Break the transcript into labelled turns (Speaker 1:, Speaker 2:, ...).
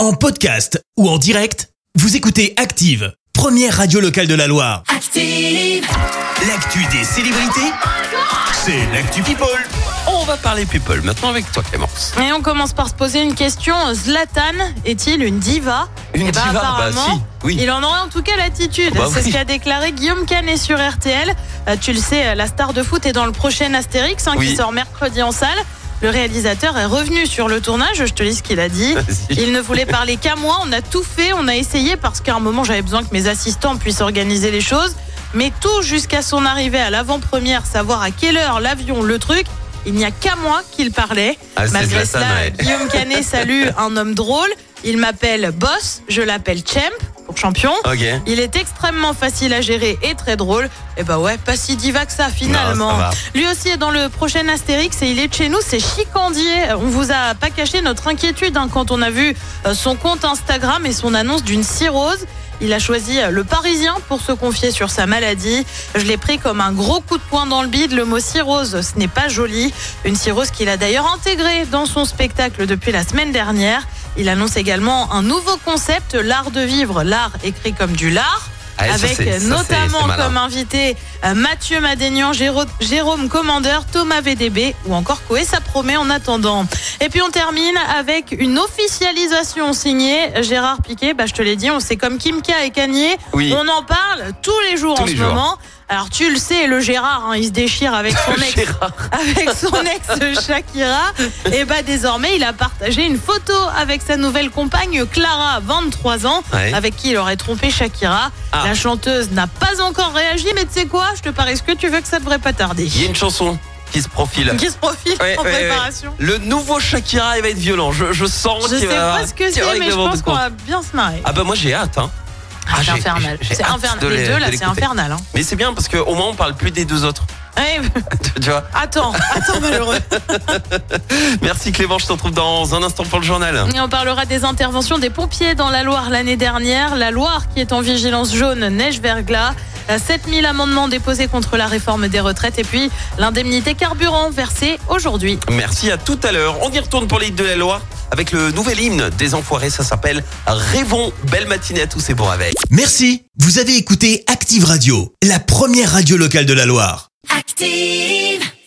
Speaker 1: En podcast ou en direct, vous écoutez Active, première radio locale de la Loire.
Speaker 2: Active.
Speaker 1: L'actu des célébrités, c'est l'actu People.
Speaker 3: On va parler people maintenant avec toi, Clémence.
Speaker 4: Et on commence par se poser une question. Zlatan est-il une diva?
Speaker 3: Une diva,
Speaker 4: apparemment,
Speaker 3: si, oui.
Speaker 4: Il en aurait en tout cas l'attitude.
Speaker 3: Bah
Speaker 4: C'est
Speaker 3: oui.
Speaker 4: ce qu'a déclaré Guillaume Canet sur RTL. Tu le sais, la star de foot est dans le prochain Astérix qui
Speaker 3: Oui.
Speaker 4: sort mercredi en salle. Le réalisateur est revenu sur le tournage, je te lis ce qu'il a dit.
Speaker 3: Vas-y.
Speaker 4: Il ne voulait parler qu'à moi, on a tout fait, on a essayé parce qu'à un moment j'avais besoin que mes assistants puissent organiser les choses. Mais tout jusqu'à son arrivée à l'avant-première, savoir à quelle heure l'avion, le truc, il n'y a qu'à moi qu'il parlait.
Speaker 3: Ah, c'est
Speaker 4: Malgré
Speaker 3: Zlatan,
Speaker 4: cela,
Speaker 3: ouais.
Speaker 4: Guillaume Canet salue un homme drôle. Il m'appelle Boss, je l'appelle Champ, pour champion.
Speaker 3: Ok.
Speaker 4: Il est extrêmement facile à gérer et très drôle. Et bah ouais, pas si diva que ça finalement.
Speaker 3: Non, ça va.
Speaker 4: Lui aussi est dans le prochain Astérix et il est de chez nous, c'est Chicandier. On vous a pas caché notre inquiétude quand on a vu son compte Instagram et son annonce d'une cirrhose. Il a choisi le Parisien pour se confier sur sa maladie. Je l'ai pris comme un gros coup de poing dans le bide. Le mot cirrhose, ce n'est pas joli. Une cirrhose qu'il a d'ailleurs intégrée dans son spectacle depuis la semaine dernière. Il annonce également un nouveau concept, l'art de vivre, l'art écrit comme du lard.
Speaker 3: Ah, ça,
Speaker 4: Avec
Speaker 3: c'est
Speaker 4: notamment
Speaker 3: malin.
Speaker 4: comme invité Mathieu Madénian, Jérôme Commandeur, Thomas VDB ou encore Koé, ça promet en attendant. Et puis on termine avec une officialisation signée Gérard Piqué. Je te l'ai dit, on sait comme Kim K et Kanye,
Speaker 3: Oui.
Speaker 4: on en parle tous les jours
Speaker 3: Tous
Speaker 4: en
Speaker 3: les
Speaker 4: ce
Speaker 3: jours.
Speaker 4: moment. Alors tu le sais, le Gérard, il se déchire avec son ex.
Speaker 3: Gérard.
Speaker 4: Avec son ex Shakira, et désormais il a partagé une photo avec sa nouvelle compagne Clara, 23 ans,
Speaker 3: Ouais.
Speaker 4: avec qui il aurait trompé Shakira.
Speaker 3: Ah.
Speaker 4: La chanteuse n'a pas encore réagi, mais tu sais quoi, je te parie ce que tu veux que ça devrait pas tarder.
Speaker 3: Il y a une chanson qui se profile.
Speaker 4: Qui se profile
Speaker 3: Ouais,
Speaker 4: en
Speaker 3: ouais,
Speaker 4: préparation.
Speaker 3: ouais. Le nouveau Shakira, il va être violent. Je sens
Speaker 4: Je
Speaker 3: qu'il
Speaker 4: sais
Speaker 3: va.
Speaker 4: pas ce que
Speaker 3: qu'il y aura
Speaker 4: c'est, mais je
Speaker 3: règlement de
Speaker 4: pense qu'on
Speaker 3: compte.
Speaker 4: va bien se marrer.
Speaker 3: Ah bah moi j'ai hâte.
Speaker 4: C'est
Speaker 3: j'ai-
Speaker 4: infernal.
Speaker 3: j'ai
Speaker 4: C'est
Speaker 3: hâte
Speaker 4: infernal.
Speaker 3: de
Speaker 4: Les deux là, c'est
Speaker 3: l'écouter.
Speaker 4: infernal.
Speaker 3: Mais c'est bien parce qu'au moins on parle plus des deux autres.
Speaker 4: Ouais,
Speaker 3: Tu vois.
Speaker 4: attends, malheureux.
Speaker 3: Merci Clément, je te retrouve dans un instant pour le journal.
Speaker 4: Et on parlera des interventions des pompiers dans la Loire l'année dernière. La Loire qui est en vigilance jaune neige-verglas. 7000 amendements déposés contre la réforme des retraites. Et puis l'indemnité carburant versée aujourd'hui.
Speaker 3: Merci, à tout à l'heure. On y retourne pour l'île de la Loire avec le nouvel hymne des Enfoirés. Ça s'appelle Rêvons. Belle matinée à tous et bon réveil.
Speaker 1: Merci, vous avez écouté Active Radio, la première radio locale de la Loire.
Speaker 2: Active.